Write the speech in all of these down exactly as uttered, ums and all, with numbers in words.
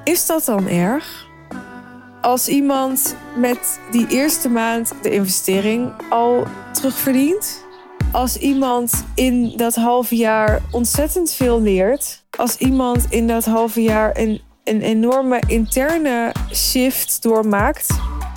Is dat dan erg? Als iemand met die eerste maand de investering al terugverdient? Als iemand in dat halve jaar ontzettend veel leert? Als iemand in dat halve jaar een, een enorme interne shift doormaakt?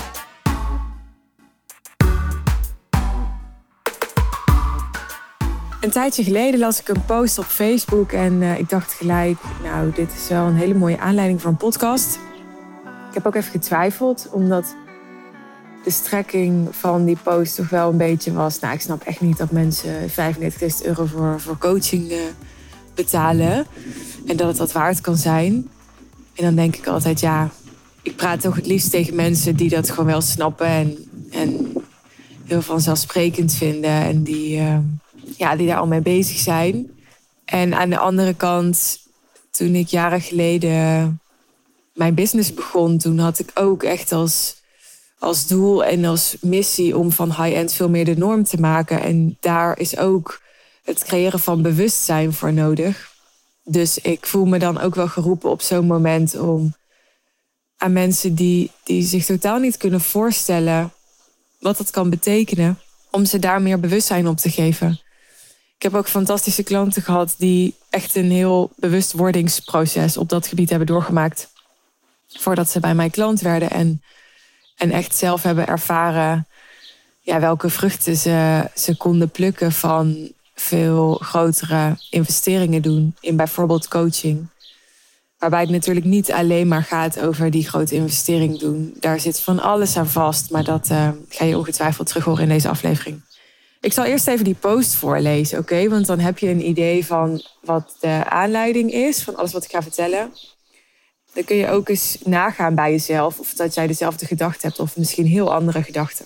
Een tijdje geleden las ik een post op Facebook en uh, ik dacht gelijk, nou, dit is wel een hele mooie aanleiding voor een podcast. Ik heb ook even getwijfeld, omdat de strekking van die post toch wel een beetje was, nou, ik snap echt niet dat mensen vijfennegentigduizend euro voor, voor coaching uh, betalen en dat het dat waard kan zijn. En dan denk ik altijd, ja, ik praat toch het liefst tegen mensen die dat gewoon wel snappen en, en heel vanzelfsprekend vinden en die... Uh, Ja, die daar al mee bezig zijn. En aan de andere kant, toen ik jaren geleden mijn business begon, toen had ik ook echt als, als doel en als missie om van high-end veel meer de norm te maken. En daar is ook het creëren van bewustzijn voor nodig. Dus ik voel me dan ook wel geroepen op zo'n moment om aan mensen die, die zich totaal niet kunnen voorstellen wat dat kan betekenen, om ze daar meer bewustzijn op te geven. Ik heb ook fantastische klanten gehad die echt een heel bewustwordingsproces op dat gebied hebben doorgemaakt. Voordat ze bij mij klant werden en, en echt zelf hebben ervaren ja, welke vruchten ze, ze konden plukken van veel grotere investeringen doen in bijvoorbeeld coaching. Waarbij het natuurlijk niet alleen maar gaat over die grote investering doen. Daar zit van alles aan vast, maar dat uh, ga je ongetwijfeld terug horen in deze aflevering. Ik zal eerst even die post voorlezen, oké? Okay? Want dan heb je een idee van wat de aanleiding is, van alles wat ik ga vertellen. Dan kun je ook eens nagaan bij jezelf of dat jij dezelfde gedachten hebt of misschien heel andere gedachten.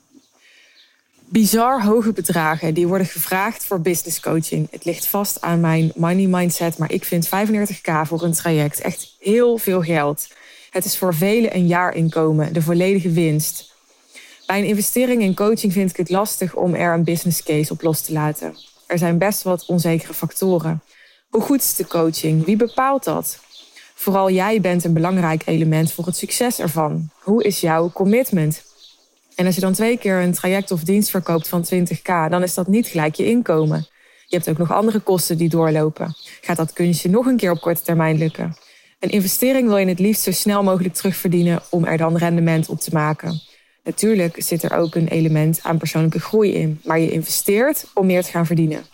Bizar hoge bedragen die worden gevraagd voor business coaching. Het ligt vast aan mijn money mindset, maar ik vind vijfendertigduizend voor een traject echt heel veel geld. Het is voor velen een jaarinkomen, de volledige winst. Bij een investering in coaching vind ik het lastig om er een business case op los te laten. Er zijn best wat onzekere factoren. Hoe goed is de coaching? Wie bepaalt dat? Vooral jij bent een belangrijk element voor het succes ervan. Hoe is jouw commitment? En als je dan twee keer een traject of dienst verkoopt van twintigduizend, dan is dat niet gelijk je inkomen. Je hebt ook nog andere kosten die doorlopen. Gaat dat kunstje nog een keer op korte termijn lukken? Een investering wil je het liefst zo snel mogelijk terugverdienen om er dan rendement op te maken. Natuurlijk zit er ook een element aan persoonlijke groei in, maar je investeert om meer te gaan verdienen.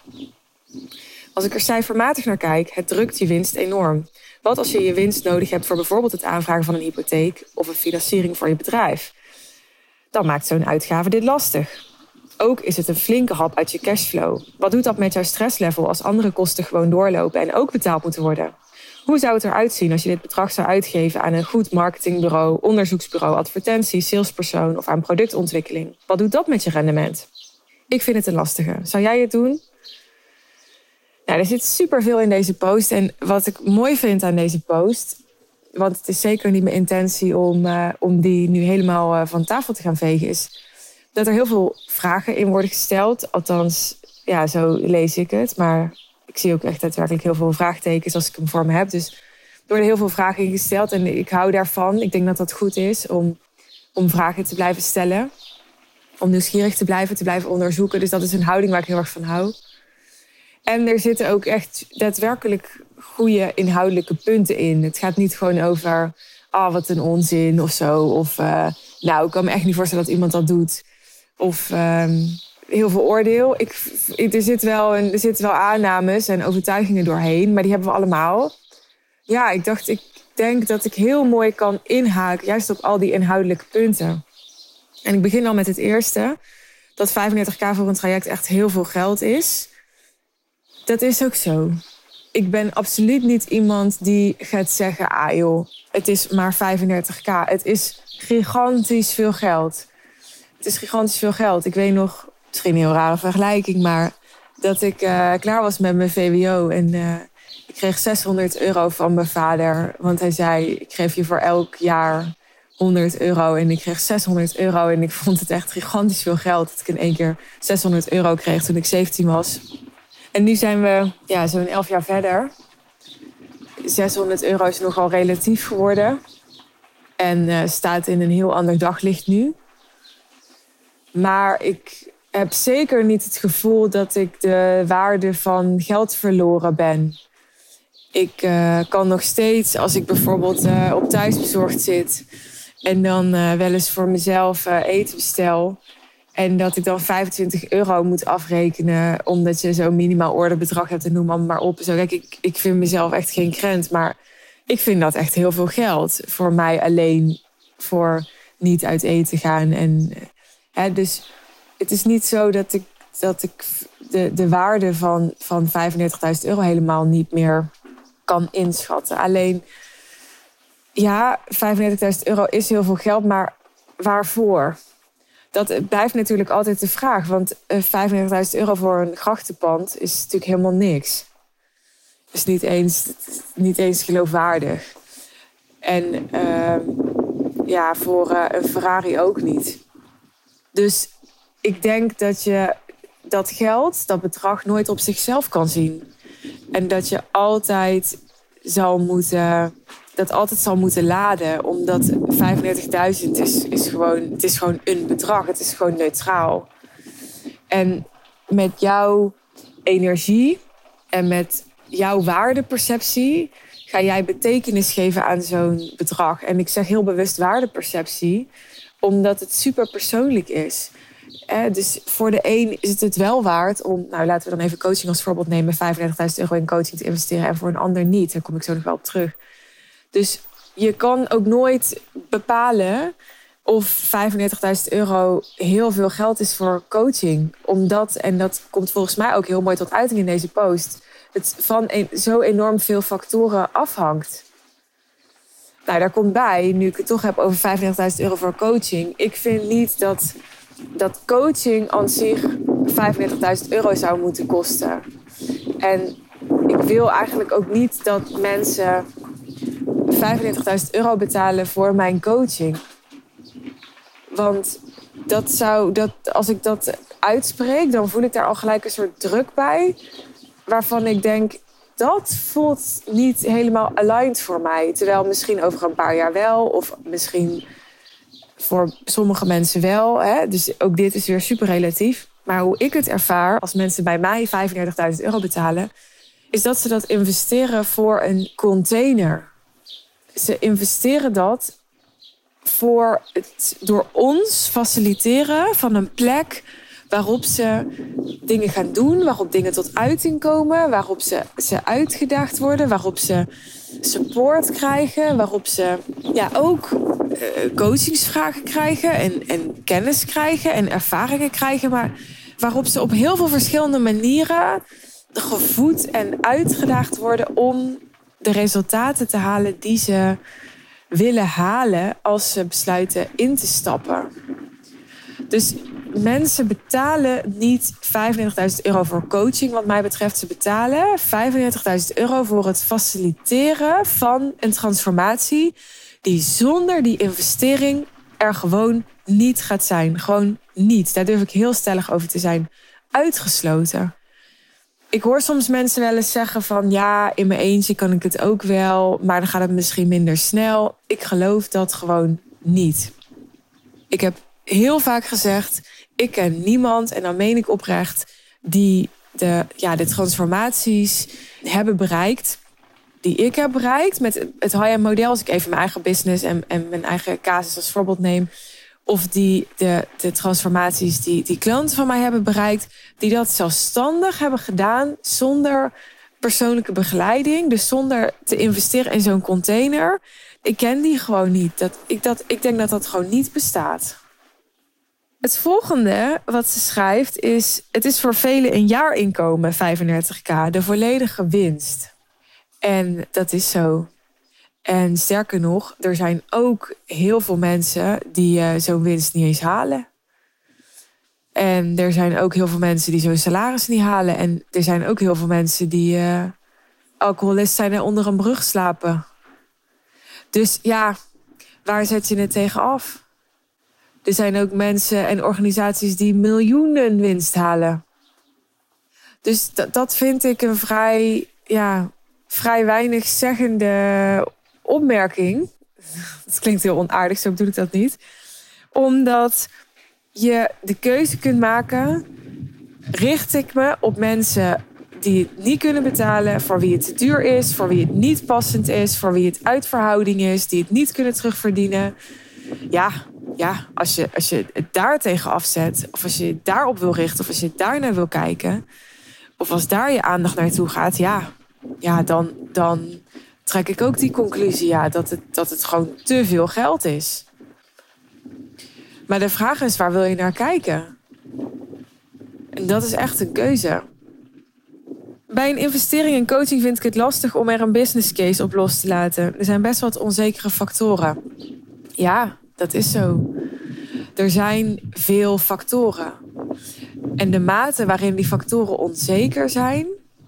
Als ik er cijfermatig naar kijk, het drukt je winst enorm. Wat als je je winst nodig hebt voor bijvoorbeeld het aanvragen van een hypotheek of een financiering voor je bedrijf? Dan maakt zo'n uitgave dit lastig. Ook is het een flinke hap uit je cashflow. Wat doet dat met jouw stresslevel als andere kosten gewoon doorlopen en ook betaald moeten worden? Hoe zou het eruit zien als je dit bedrag zou uitgeven aan een goed marketingbureau, onderzoeksbureau, advertentie, salespersoon of aan productontwikkeling? Wat doet dat met je rendement? Ik vind het een lastige. Zou jij het doen? Nou, er zit superveel in deze post. En wat ik mooi vind aan deze post, want het is zeker niet mijn intentie om, uh, om die nu helemaal uh, van tafel te gaan vegen, is dat er heel veel vragen in worden gesteld. Althans, ja, zo lees ik het. Maar ik zie ook echt daadwerkelijk heel veel vraagtekens als ik hem voor me heb. Dus er worden heel veel vragen ingesteld en ik hou daarvan. Ik denk dat dat goed is om, om vragen te blijven stellen. Om nieuwsgierig te blijven, te blijven onderzoeken. Dus dat is een houding waar ik heel erg van hou. En er zitten ook echt daadwerkelijk goede inhoudelijke punten in. Het gaat niet gewoon over, ah, oh, wat een onzin of zo. Of, uh, nou, ik kan me echt niet voorstellen dat iemand dat doet. Of um, heel veel oordeel. Ik, ik, er, zit wel een, er zitten wel aannames en overtuigingen doorheen, maar die hebben we allemaal. Ja, ik dacht, ik denk dat ik heel mooi kan inhaken, juist op al die inhoudelijke punten. En ik begin al met het eerste, dat vijfendertigduizend voor een traject echt heel veel geld is. Dat is ook zo. Ik ben absoluut niet iemand die gaat zeggen, ah joh, het is maar vijfendertigduizend. Het is gigantisch veel geld. Het is gigantisch veel geld. Ik weet nog, misschien een heel rare vergelijking, maar dat ik uh, klaar was met mijn V W O en uh, ik kreeg zeshonderd euro van mijn vader. Want hij zei, ik geef je voor elk jaar honderd euro en ik kreeg zeshonderd euro en ik vond het echt gigantisch veel geld dat ik in één keer zeshonderd euro kreeg toen ik zeventien was. En nu zijn we ja, zo'n elf jaar verder. zeshonderd euro is nogal relatief geworden. En uh, staat in een heel ander daglicht nu. Maar ik heb zeker niet het gevoel dat ik de waarde van geld verloren ben. Ik uh, kan nog steeds, als ik bijvoorbeeld uh, op thuisbezorgd zit en dan uh, wel eens voor mezelf uh, eten bestel en dat ik dan vijfentwintig euro moet afrekenen omdat je zo'n minimaal orderbedrag hebt en noem maar, maar op. Zo, kijk, ik, ik vind mezelf echt geen krent, maar ik vind dat echt heel veel geld voor mij alleen voor niet uit eten gaan. En, hè, dus het is niet zo dat ik, dat ik de, de waarde van, van vijfendertigduizend euro helemaal niet meer kan inschatten. Alleen, ja, vijfendertigduizend euro is heel veel geld, maar waarvoor? Dat blijft natuurlijk altijd de vraag. Want vijfendertigduizend euro voor een grachtenpand is natuurlijk helemaal niks. Is niet eens, niet eens geloofwaardig. En uh, ja, voor uh, een Ferrari ook niet. Dus ik denk dat je dat geld, dat bedrag, nooit op zichzelf kan zien. En dat je altijd zal moeten, dat altijd zal moeten laden. Omdat vijfendertigduizend is, is, gewoon, het is gewoon een bedrag. Het is gewoon neutraal. En met jouw energie en met jouw waardeperceptie ga jij betekenis geven aan zo'n bedrag. En ik zeg heel bewust waardeperceptie, omdat het super persoonlijk is. Eh, dus voor de een is het het wel waard om, nou laten we dan even coaching als voorbeeld nemen, vijfendertigduizend euro in coaching te investeren en voor een ander niet. Daar kom ik zo nog wel op terug. Dus je kan ook nooit bepalen of vijfendertigduizend euro heel veel geld is voor coaching. Omdat, en dat komt volgens mij ook heel mooi tot uiting in deze post, het van een, zo enorm veel factoren afhangt. Nou, daar komt bij, nu ik het toch heb over vijfendertigduizend euro voor coaching. Ik vind niet dat, dat coaching aan zich vijfendertigduizend euro zou moeten kosten. En ik wil eigenlijk ook niet dat mensen vijfendertigduizend euro betalen voor mijn coaching. Want dat zou, dat, als ik dat uitspreek, dan voel ik daar al gelijk een soort druk bij. Waarvan ik denk, dat voelt niet helemaal aligned voor mij. Terwijl misschien over een paar jaar wel. Of misschien voor sommige mensen wel. Hè? Dus ook dit is weer super relatief. Maar hoe ik het ervaar, als mensen bij mij vijfendertigduizend euro betalen, is dat ze dat investeren voor een container. Ze investeren dat voor het door ons faciliteren van een plek waarop ze dingen gaan doen, waarop dingen tot uiting komen, waarop ze, ze uitgedaagd worden, waarop ze support krijgen, waarop ze ja, ook uh, coachingsvragen krijgen en, en kennis krijgen en ervaringen krijgen, maar waarop ze op heel veel verschillende manieren gevoed en uitgedaagd worden om de resultaten te halen die ze willen halen als ze besluiten in te stappen. Dus mensen betalen niet vijfendertigduizend euro voor coaching, wat mij betreft. Ze betalen vijfendertigduizend euro voor het faciliteren van een transformatie die zonder die investering er gewoon niet gaat zijn. Gewoon niet. Daar durf ik heel stellig over te zijn. Uitgesloten. Ik hoor soms mensen wel eens zeggen van ja, in mijn eentje kan ik het ook wel, maar dan gaat het misschien minder snel. Ik geloof dat gewoon niet. Ik heb heel vaak gezegd, ik ken niemand, en dan meen ik oprecht, die de, ja, de transformaties hebben bereikt die ik heb bereikt met het high-end model. Als ik even mijn eigen business en, en mijn eigen casus als voorbeeld neem. Of die de, de transformaties die, die klanten van mij hebben bereikt, die dat zelfstandig hebben gedaan zonder persoonlijke begeleiding. Dus zonder te investeren in zo'n container. Ik ken die gewoon niet. Dat, ik, dat, ik denk dat dat gewoon niet bestaat. Het volgende wat ze schrijft is, het is voor velen een jaarinkomen, vijfendertig k, de volledige winst. En dat is zo. En sterker nog, er zijn ook heel veel mensen die uh, zo'n winst niet eens halen. En er zijn ook heel veel mensen die zo'n salaris niet halen. En er zijn ook heel veel mensen die uh, alcoholist zijn en onder een brug slapen. Dus ja, waar zet je het tegen af? Er zijn ook mensen en organisaties die miljoenen winst halen. Dus dat, dat vind ik een vrij ja, vrij weinig zeggende opmerking. Dat klinkt heel onaardig, zo bedoel ik dat niet. Omdat je de keuze kunt maken, richt ik me op mensen die het niet kunnen betalen, voor wie het te duur is, voor wie het niet passend is, voor wie het uit verhouding is, die het niet kunnen terugverdienen. Ja, ja als, je, als je het daar tegen afzet, of als je het daarop wil richten, of als je daar naar wil kijken, of als daar je aandacht naartoe gaat, ja, ja dan, dan trek ik ook die conclusie, ja, dat het, dat het gewoon te veel geld is. Maar de vraag is, waar wil je naar kijken? En dat is echt een keuze. Bij een investering in coaching vind ik het lastig om er een business case op los te laten. Er zijn best wat onzekere factoren. Ja, dat is zo. Er zijn veel factoren. En de mate waarin die factoren onzeker zijn,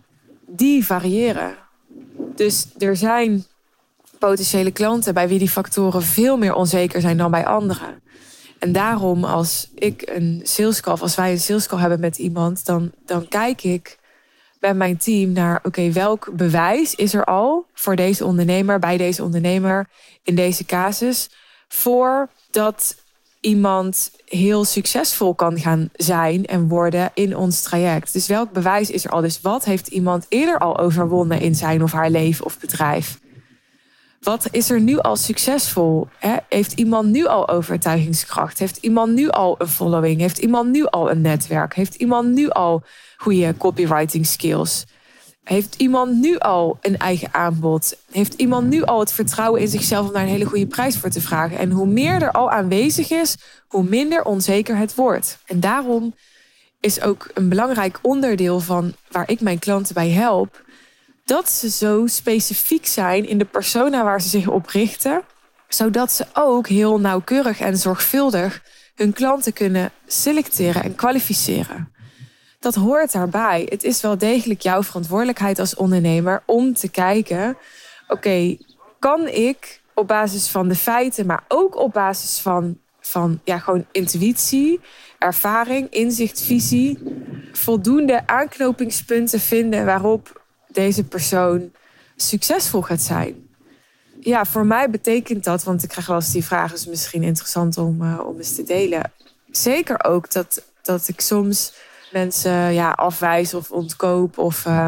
die variëren. Dus er zijn potentiële klanten bij wie die factoren veel meer onzeker zijn dan bij anderen. En daarom als ik een sales call, of als wij een sales call hebben met iemand, dan, dan kijk ik bij mijn team naar, oké, okay, welk bewijs is er al voor deze ondernemer, bij deze ondernemer, in deze casus, voordat iemand heel succesvol kan gaan zijn en worden in ons traject. Dus welk bewijs is er al? Dus wat heeft iemand eerder al overwonnen in zijn of haar leven of bedrijf? Wat is er nu al succesvol? Hè? Heeft iemand nu al overtuigingskracht? Heeft iemand nu al een following? Heeft iemand nu al een netwerk? Heeft iemand nu al goede copywriting skills? Heeft iemand nu al een eigen aanbod? Heeft iemand nu al het vertrouwen in zichzelf om daar een hele goede prijs voor te vragen? En hoe meer er al aanwezig is, hoe minder onzeker het wordt. En daarom is ook een belangrijk onderdeel van waar ik mijn klanten bij help, dat ze zo specifiek zijn in de persona waar ze zich op richten, zodat ze ook heel nauwkeurig en zorgvuldig hun klanten kunnen selecteren en kwalificeren. Dat hoort daarbij. Het is wel degelijk jouw verantwoordelijkheid als ondernemer om te kijken, oké, okay, kan ik op basis van de feiten, maar ook op basis van, van ja, gewoon intuïtie, ervaring, inzicht, visie, voldoende aanknopingspunten vinden waarop deze persoon succesvol gaat zijn. Ja, voor mij betekent dat, want ik krijg wel eens die vraag, is misschien interessant om, uh, om eens te delen. Zeker ook dat, dat ik soms mensen ja, afwijs of ontkoop. Of, uh,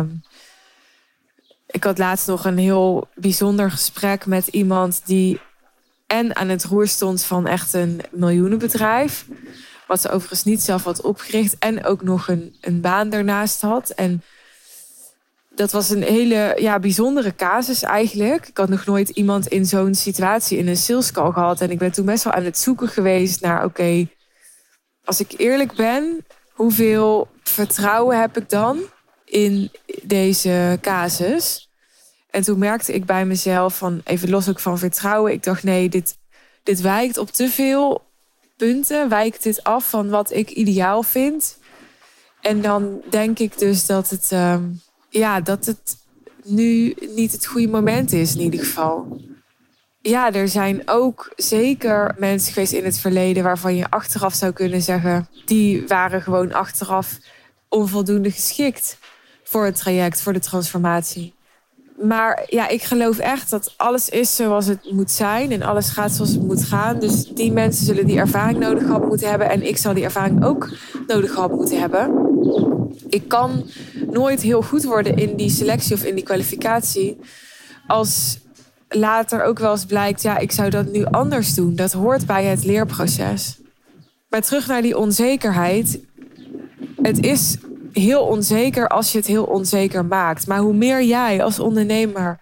ik had laatst nog een heel bijzonder gesprek met iemand die en aan het roer stond van echt een miljoenenbedrijf, wat ze overigens niet zelf had opgericht, en ook nog een, een baan daarnaast had. En dat was een hele ja, bijzondere casus eigenlijk. Ik had nog nooit iemand in zo'n situatie in een sales call gehad. En ik ben toen best wel aan het zoeken geweest naar, oké, okay, als ik eerlijk ben, hoeveel vertrouwen heb ik dan in deze casus? En toen merkte ik bij mezelf, van even los ook van vertrouwen, ik dacht nee, dit, dit wijkt op te veel punten, wijkt dit af van wat ik ideaal vind. En dan denk ik dus dat het, uh, ja, dat het nu niet het goede moment is in ieder geval. Ja, er zijn ook zeker mensen geweest in het verleden waarvan je achteraf zou kunnen zeggen, die waren gewoon achteraf onvoldoende geschikt voor het traject, voor de transformatie. Maar ja, ik geloof echt dat alles is zoals het moet zijn en alles gaat zoals het moet gaan. Dus die mensen zullen die ervaring nodig gehad moeten hebben en ik zal die ervaring ook nodig gehad moeten hebben. Ik kan nooit heel goed worden in die selectie of in die kwalificatie als later ook wel eens blijkt, ja, ik zou dat nu anders doen. Dat hoort bij het leerproces. Maar terug naar die onzekerheid. Het is heel onzeker als je het heel onzeker maakt. Maar hoe meer jij als ondernemer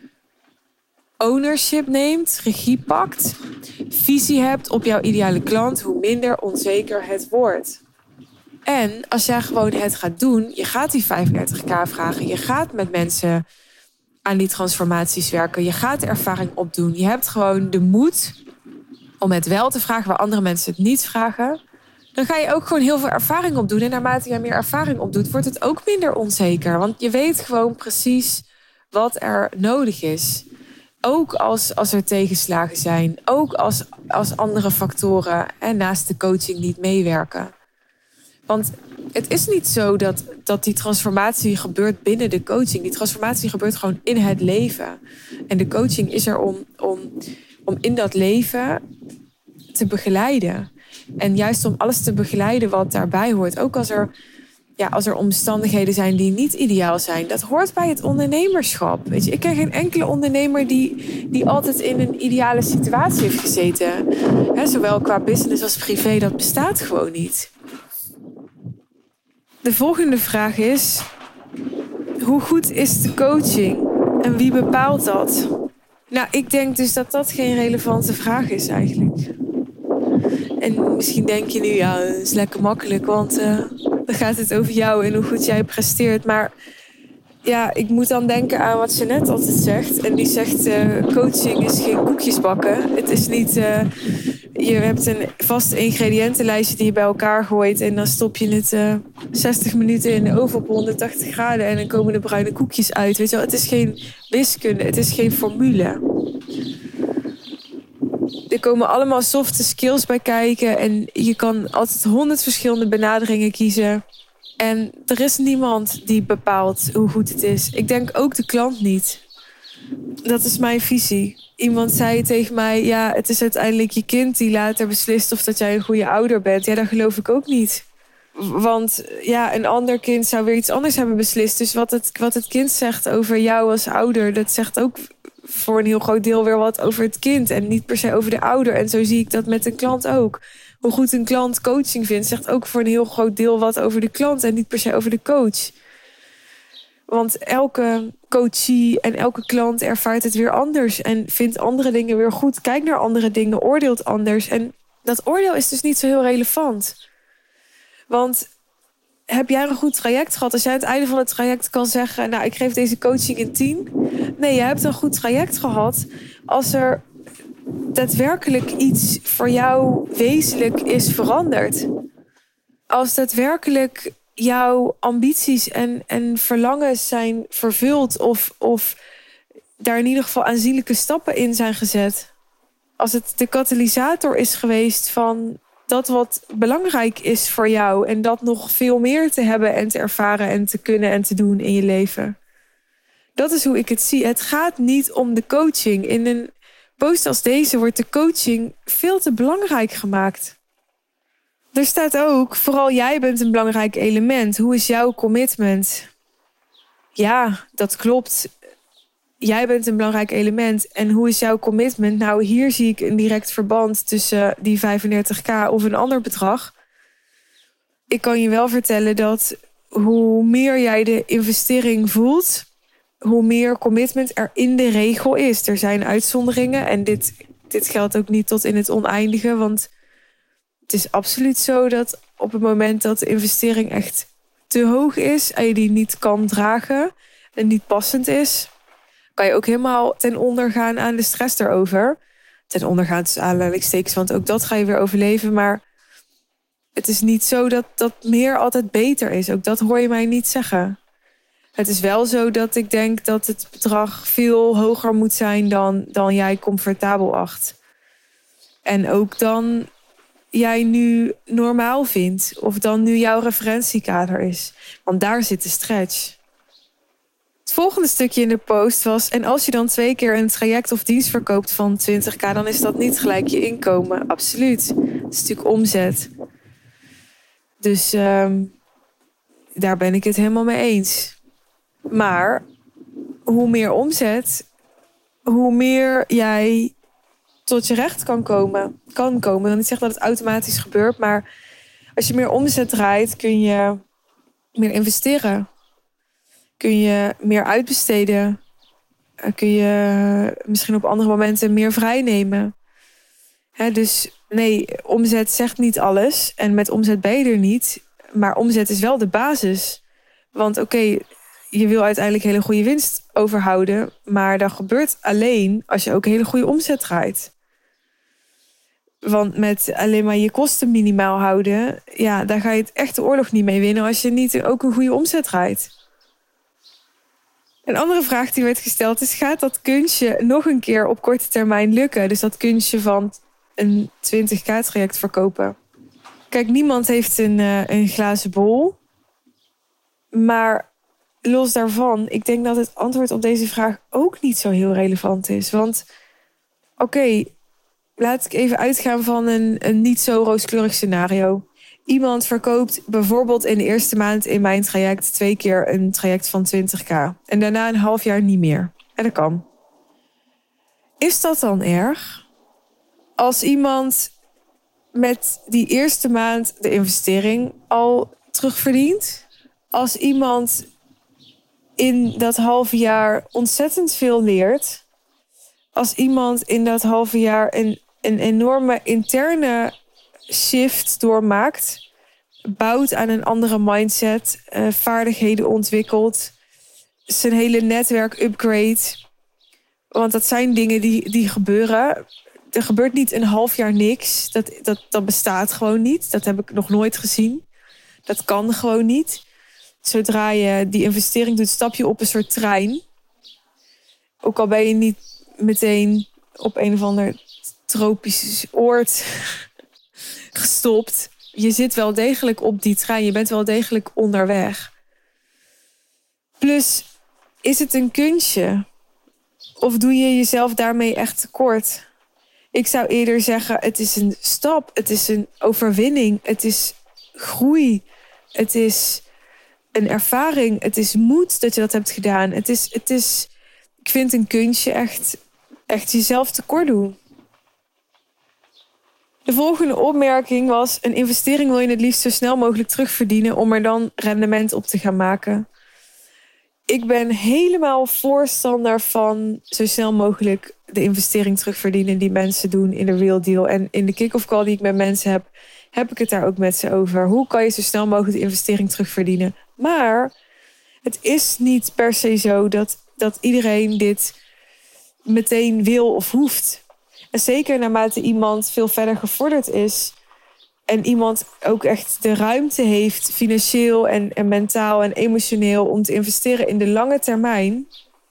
ownership neemt, regie pakt, visie hebt op jouw ideale klant, hoe minder onzeker het wordt. En als jij gewoon het gaat doen, je gaat die vijfendertig k vragen, je gaat met mensen aan die transformaties werken, je gaat de ervaring opdoen, je hebt gewoon de moed om het wel te vragen waar andere mensen het niet vragen, dan ga je ook gewoon heel veel ervaring opdoen. En naarmate je meer ervaring opdoet, wordt het ook minder onzeker. Want je weet gewoon precies wat er nodig is. Ook als, als er tegenslagen zijn. Ook als, als andere factoren en naast de coaching niet meewerken. Want Het is niet zo dat, dat die transformatie gebeurt binnen de coaching. Die transformatie gebeurt gewoon in het leven. En de coaching is er om, om, om in dat leven te begeleiden. En juist om alles te begeleiden wat daarbij hoort. Ook als er, ja, als er omstandigheden zijn die niet ideaal zijn. Dat hoort bij het ondernemerschap. Weet je, ik ken geen enkele ondernemer die, die altijd in een ideale situatie heeft gezeten. He, zowel qua business als privé, dat bestaat gewoon niet. De volgende vraag is: hoe goed is de coaching en wie bepaalt dat? Nou, ik denk dus dat dat geen relevante vraag is eigenlijk. En misschien denk je nu, ja, dat is lekker makkelijk, want uh, dan gaat het over jou en hoe goed jij presteert. Maar ja, ik moet dan denken aan wat Jeanette altijd zegt. En die zegt, uh, coaching is geen koekjes bakken. Het is niet, uh, je hebt een vast ingrediëntenlijstje die je bij elkaar gooit. En dan stop je het uh, zestig minuten in de oven op honderdtachtig graden. En dan komen de bruine koekjes uit. Weet je wel, het is geen wiskunde, het is geen formule. Er komen allemaal softe skills bij kijken. En je kan altijd honderd verschillende benaderingen kiezen. En er is niemand die bepaalt hoe goed het is. Ik denk ook de klant niet. Dat is mijn visie. Iemand zei tegen mij, ja, het is uiteindelijk je kind die later beslist of dat jij een goede ouder bent. Ja, dat geloof ik ook niet. Want ja, een ander kind zou weer iets anders hebben beslist. Dus wat het, wat het kind zegt over jou als ouder, dat zegt ook voor een heel groot deel weer wat over het kind. En niet per se over de ouder. En zo zie ik dat met een klant ook. Hoe goed een klant coaching vindt, zegt ook voor een heel groot deel wat over de klant en niet per se over de coach. Want elke coachie en elke klant ervaart het weer anders en vindt andere dingen weer goed. Kijkt naar andere dingen, oordeelt anders. En dat oordeel is dus niet zo heel relevant. Want heb jij een goed traject gehad? Als jij aan het einde van het traject kan zeggen, nou, ik geef deze coaching een tien. Nee, je hebt een goed traject gehad als er daadwerkelijk iets voor jou wezenlijk is veranderd. Als daadwerkelijk jouw ambities en, en verlangens zijn vervuld of, of daar in ieder geval aanzienlijke stappen in zijn gezet. Als het de katalysator is geweest van dat wat belangrijk is voor jou en dat nog veel meer te hebben en te ervaren en te kunnen en te doen in je leven. Dat is hoe ik het zie. Het gaat niet om de coaching. In een post als deze wordt de coaching veel te belangrijk gemaakt. Er staat ook, vooral jij bent een belangrijk element. Hoe is jouw commitment? Ja, dat klopt. Jij bent een belangrijk element. En hoe is jouw commitment? Nou, hier zie ik een direct verband tussen die vijfendertig k of een ander bedrag. Ik kan je wel vertellen dat hoe meer jij de investering voelt, hoe meer commitment er in de regel is. Er zijn uitzonderingen en dit, dit geldt ook niet tot in het oneindige. Want het is absoluut zo dat op het moment dat de investering echt te hoog is en je die niet kan dragen en niet passend is, kan je ook helemaal ten onder gaan aan de stress erover. Ten onder gaan tussen aanhalingstekens, want ook dat ga je weer overleven. Maar het is niet zo dat, dat meer altijd beter is. Ook dat hoor je mij niet zeggen. Het is wel zo dat ik denk dat het bedrag veel hoger moet zijn dan, dan jij comfortabel acht. En ook dan jij nu normaal vindt. Of dan nu jouw referentiekader is. Want daar zit de stretch. Het volgende stukje in de post was, en als je dan twee keer een traject of dienst verkoopt van twintig k, dan is dat niet gelijk je inkomen. Absoluut. Het is natuurlijk omzet. Dus um, daar ben ik het helemaal mee eens. Maar hoe meer omzet, hoe meer jij tot je recht kan komen. Kan komen. Ik wil niet zeggen dat het automatisch gebeurt, maar als je meer omzet draait, kun je meer investeren. Kun je meer uitbesteden. Kun je misschien op andere momenten meer vrijnemen. He, dus nee, omzet zegt niet alles. En met omzet ben je er niet. Maar omzet is wel de basis. Want oké, okay, je wil uiteindelijk hele goede winst overhouden. Maar dat gebeurt alleen als je ook hele goede omzet draait. Want met alleen maar je kosten minimaal houden, ja, daar ga je het echt de oorlog niet mee winnen als je niet ook een goede omzet draait. Een andere vraag die werd gesteld is, gaat dat kunstje nog een keer op korte termijn lukken? Dus dat kunstje van een twintig k traject verkopen. Kijk, niemand heeft een, uh, een glazen bol. Maar los daarvan, ik denk dat het antwoord op deze vraag ook niet zo heel relevant is. Want oké, okay, laat ik even uitgaan van een, een niet zo rooskleurig scenario. Iemand verkoopt bijvoorbeeld in de eerste maand in mijn traject twee keer een traject van twintig k. En daarna een half jaar niet meer. En dat kan. Is dat dan erg? Als iemand met die eerste maand de investering al terugverdient? Als iemand in dat halve jaar ontzettend veel leert? Als iemand in dat halve jaar een, een enorme interne shift doormaakt, bouwt aan een andere mindset, uh, vaardigheden ontwikkelt, zijn hele netwerk upgrade. Want dat zijn dingen die, die gebeuren. Er gebeurt niet een half jaar niks. Dat, dat, dat bestaat gewoon niet. Dat heb ik nog nooit gezien. Dat kan gewoon niet. Zodra je die investering doet, stap je op een soort trein. Ook al ben je niet meteen op een of ander tropisch oord gestopt. Je zit wel degelijk op die trein. Je bent wel degelijk onderweg. Plus, is het een kunstje? Of doe je jezelf daarmee echt tekort? Ik zou eerder zeggen, het is een stap. Het is een overwinning. Het is groei. Het is een ervaring. Het is moed dat je dat hebt gedaan. Het is, het is, ik vind een kunstje echt, echt jezelf tekort doen. De volgende opmerking was: een investering wil je het liefst zo snel mogelijk terugverdienen om er dan rendement op te gaan maken. Ik ben helemaal voorstander van zo snel mogelijk de investering terugverdienen die mensen doen in de Real Deal. En in de kick-off call die ik met mensen heb, heb ik het daar ook met ze over. Hoe kan je zo snel mogelijk de investering terugverdienen? Maar het is niet per se zo dat, dat iedereen dit meteen wil of hoeft. En zeker naarmate iemand veel verder gevorderd is en iemand ook echt de ruimte heeft, financieel en, en mentaal en emotioneel, om te investeren in de lange termijn,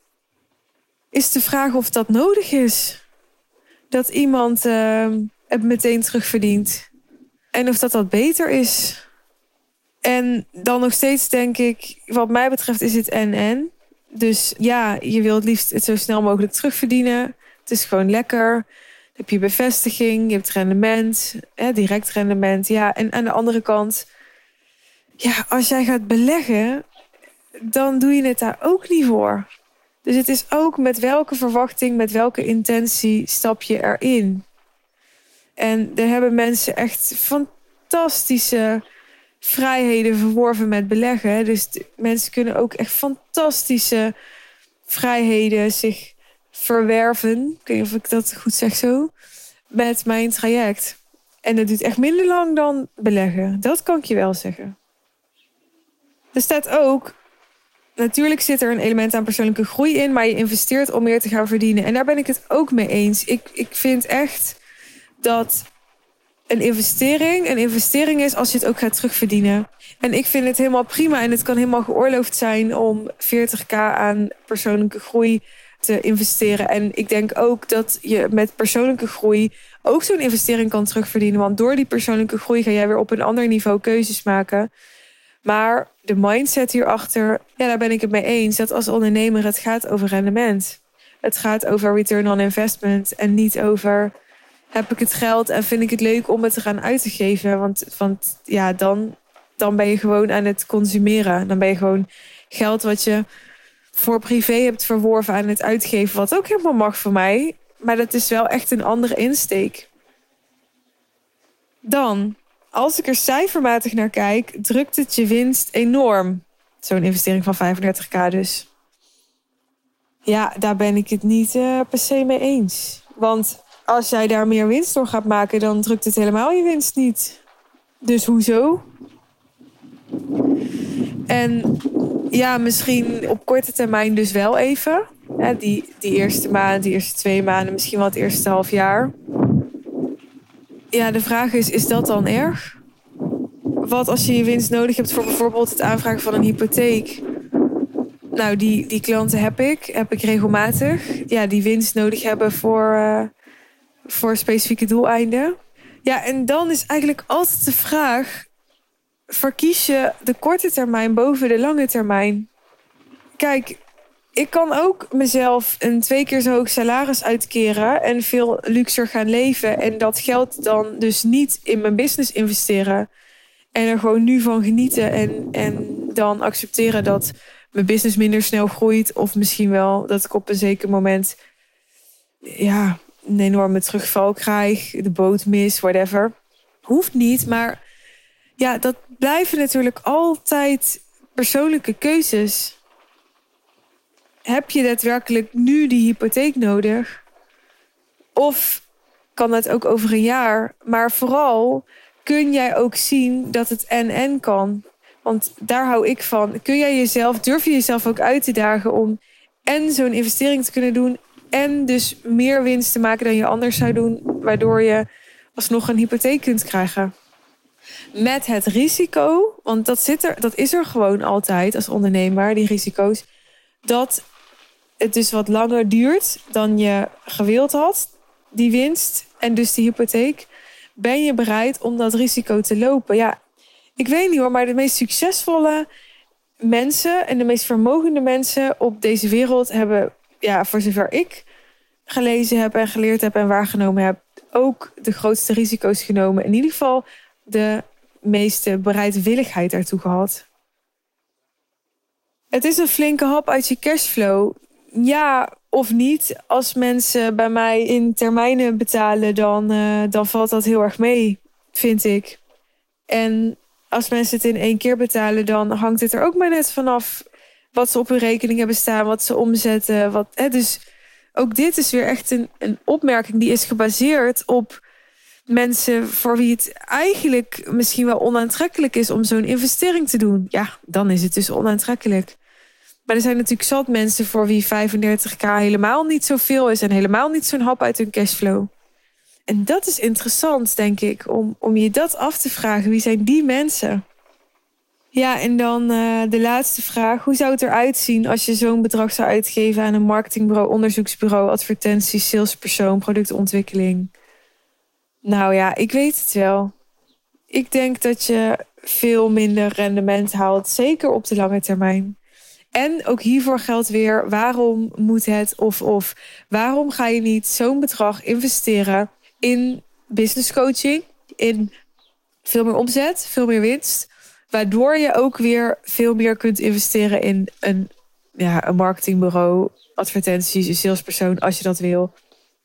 is de vraag of dat nodig is. Dat iemand uh, het meteen terugverdient. En of dat dat beter is. En dan nog steeds denk ik, wat mij betreft is het en-en. Dus ja, je wil het liefst het zo snel mogelijk terugverdienen. Het is gewoon lekker. Dan heb je bevestiging, je hebt rendement, hè, direct rendement. Ja, en aan de andere kant, ja, als jij gaat beleggen, dan doe je het daar ook niet voor. Dus het is ook met welke verwachting, met welke intentie stap je erin. En er hebben mensen echt fantastische vrijheden verworven met beleggen. Dus de, mensen kunnen ook echt fantastische vrijheden zich verwerven. Ik weet niet of ik dat goed zeg zo. Met mijn traject. En dat duurt echt minder lang dan beleggen. Dat kan ik je wel zeggen. Er staat ook, natuurlijk zit er een element aan persoonlijke groei in, maar je investeert om meer te gaan verdienen. En daar ben ik het ook mee eens. Ik, ik vind echt dat een investering een investering is als je het ook gaat terugverdienen. En ik vind het helemaal prima en het kan helemaal geoorloofd zijn om veertig k aan persoonlijke groei te investeren. En ik denk ook dat je met persoonlijke groei ook zo'n investering kan terugverdienen. Want door die persoonlijke groei ga jij weer op een ander niveau keuzes maken. Maar de mindset hierachter, ja, daar ben ik het mee eens. Dat als ondernemer het gaat over rendement. Het gaat over return on investment. En niet over, heb ik het geld en vind ik het leuk om het te gaan uit te geven. Want, want ja, dan, dan ben je gewoon aan het consumeren. Dan ben je gewoon geld wat je voor privé hebt verworven aan het uitgeven. Wat ook helemaal mag voor mij. Maar dat is wel echt een andere insteek. Dan, als ik er cijfermatig naar kijk, drukt het je winst enorm. Zo'n investering van vijfendertig k dus. Ja, daar ben ik het niet uh, per se mee eens. Want als jij daar meer winst door gaat maken, dan drukt het helemaal je winst niet. Dus hoezo? En ja, misschien op korte termijn dus wel even. Ja, die, die eerste maand, die eerste twee maanden, misschien wel het eerste half jaar. Ja, de vraag is, is dat dan erg? Wat als je je winst nodig hebt voor bijvoorbeeld het aanvragen van een hypotheek? Nou, die, die klanten heb ik, heb ik regelmatig. Ja, die winst nodig hebben voor, uh, voor specifieke doeleinden. Ja, en dan is eigenlijk altijd de vraag, verkies je de korte termijn boven de lange termijn? Kijk, ik kan ook mezelf een twee keer zo hoog salaris uitkeren en veel luxer gaan leven. En dat geld dan dus niet in mijn business investeren. En er gewoon nu van genieten. En, en dan accepteren dat mijn business minder snel groeit. Of misschien wel dat ik op een zeker moment ja, een enorme terugval krijg. De boot mis, whatever. Hoeft niet, maar ja, dat blijven natuurlijk altijd persoonlijke keuzes. Heb je daadwerkelijk nu die hypotheek nodig? Of kan dat ook over een jaar? Maar vooral kun jij ook zien dat het en-en kan. Want daar hou ik van. Kun jij jezelf, durf je jezelf ook uit te dagen om en zo'n investering te kunnen doen en dus meer winst te maken dan je anders zou doen, waardoor je alsnog een hypotheek kunt krijgen. Met het risico, want dat, zit er, dat is er gewoon altijd als ondernemer, die risico's, dat het dus wat langer duurt dan je gewild had, die winst en dus die hypotheek. Ben je bereid om dat risico te lopen? Ja, ik weet niet hoor, maar de meest succesvolle mensen en de meest vermogende mensen op deze wereld hebben, ja, voor zover ik gelezen heb en geleerd heb en waargenomen heb, ook de grootste risico's genomen. In ieder geval de meeste bereidwilligheid daartoe gehad. Het is een flinke hap uit je cashflow. Ja of niet. Als mensen bij mij in termijnen betalen, dan, uh, dan valt dat heel erg mee, vind ik. En als mensen het in één keer betalen, dan hangt het er ook maar net vanaf wat ze op hun rekening hebben staan, wat ze omzetten. Wat, hè, dus ook dit is weer echt een, een opmerking die is gebaseerd op mensen voor wie het eigenlijk misschien wel onaantrekkelijk is om zo'n investering te doen. Ja, dan is het dus onaantrekkelijk. Maar er zijn natuurlijk zat mensen voor wie vijfendertig k helemaal niet zoveel is en helemaal niet zo'n hap uit hun cashflow. En dat is interessant, denk ik, om, om je dat af te vragen. Wie zijn die mensen? Ja, en dan uh, de laatste vraag. Hoe zou het eruit zien als je zo'n bedrag zou uitgeven aan een marketingbureau, onderzoeksbureau, advertenties, salespersoon, productontwikkeling? Nou ja, ik weet het wel. Ik denk dat je veel minder rendement haalt, zeker op de lange termijn. En ook hiervoor geldt weer, waarom moet het of of? Waarom ga je niet zo'n bedrag investeren in business coaching, in veel meer omzet, veel meer winst, waardoor je ook weer veel meer kunt investeren in een, ja, een marketingbureau, advertenties, een salespersoon, als je dat wil.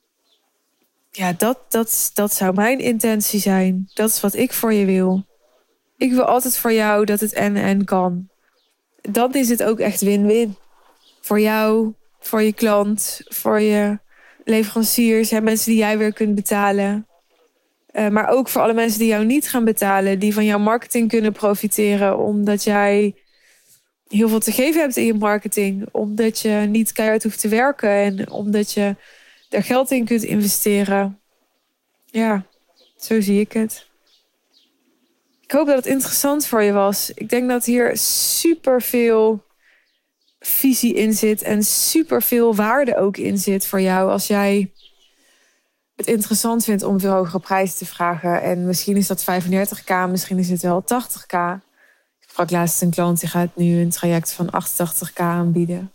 Ja, dat, dat, dat zou mijn intentie zijn. Dat is wat ik voor je wil. Ik wil altijd voor jou dat het en-en kan. Dan is het ook echt win-win. Voor jou, voor je klant, voor je leveranciers en mensen die jij weer kunt betalen. Uh, maar ook voor alle mensen die jou niet gaan betalen, die van jouw marketing kunnen profiteren, omdat jij heel veel te geven hebt in je marketing. Omdat je niet keihard hoeft te werken en omdat je daar geld in kunt investeren. Ja, zo zie ik het. Ik hoop dat het interessant voor je was. Ik denk dat hier superveel visie in zit en superveel waarde ook in zit voor jou als jij het interessant vindt om veel hogere prijzen te vragen. En misschien is dat vijfendertig k, misschien is het wel tachtig k. Ik sprak laatst een klant die gaat nu een traject van achtentachtig k aanbieden.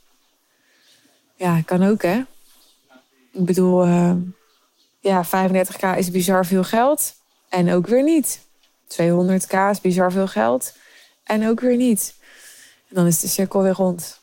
Ja, kan ook, hè? Ik bedoel, uh, ja, vijfendertig k is bizar veel geld. En ook weer niet. tweehonderd k is bizar veel geld. En ook weer niet. En dan is de cirkel weer rond.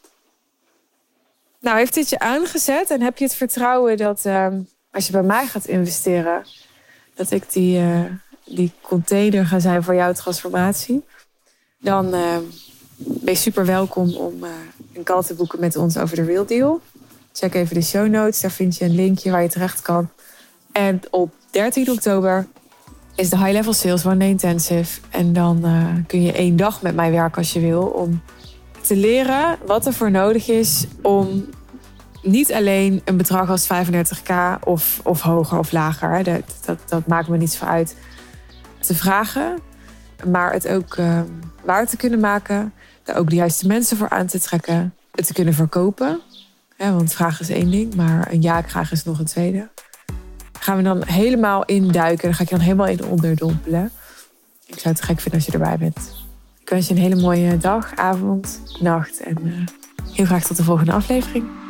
Nou, heeft dit je aangezet en heb je het vertrouwen dat uh, als je bij mij gaat investeren, dat ik die, uh, die container ga zijn voor jouw transformatie? Dan uh, ben je super welkom om uh, een call te boeken met ons over de Real Deal. Check even de show notes, daar vind je een linkje waar je terecht kan. En op dertien oktober is de High Level Sales One Day Intensive. En dan uh, kun je één dag met mij werken als je wil, om te leren wat er voor nodig is om niet alleen een bedrag als vijfendertig k of, of hoger of lager, dat, dat, dat maakt me niets voor uit, te vragen. Maar het ook uh, waar te kunnen maken. Daar ook de juiste mensen voor aan te trekken. Het te kunnen verkopen. Ja, want vragen is één ding, maar een ja graag is nog een tweede. Daar gaan we dan helemaal induiken. Daar ga ik je dan helemaal in onderdompelen. Ik zou het gek vinden als je erbij bent. Ik wens je een hele mooie dag, avond, nacht en uh, heel graag tot de volgende aflevering.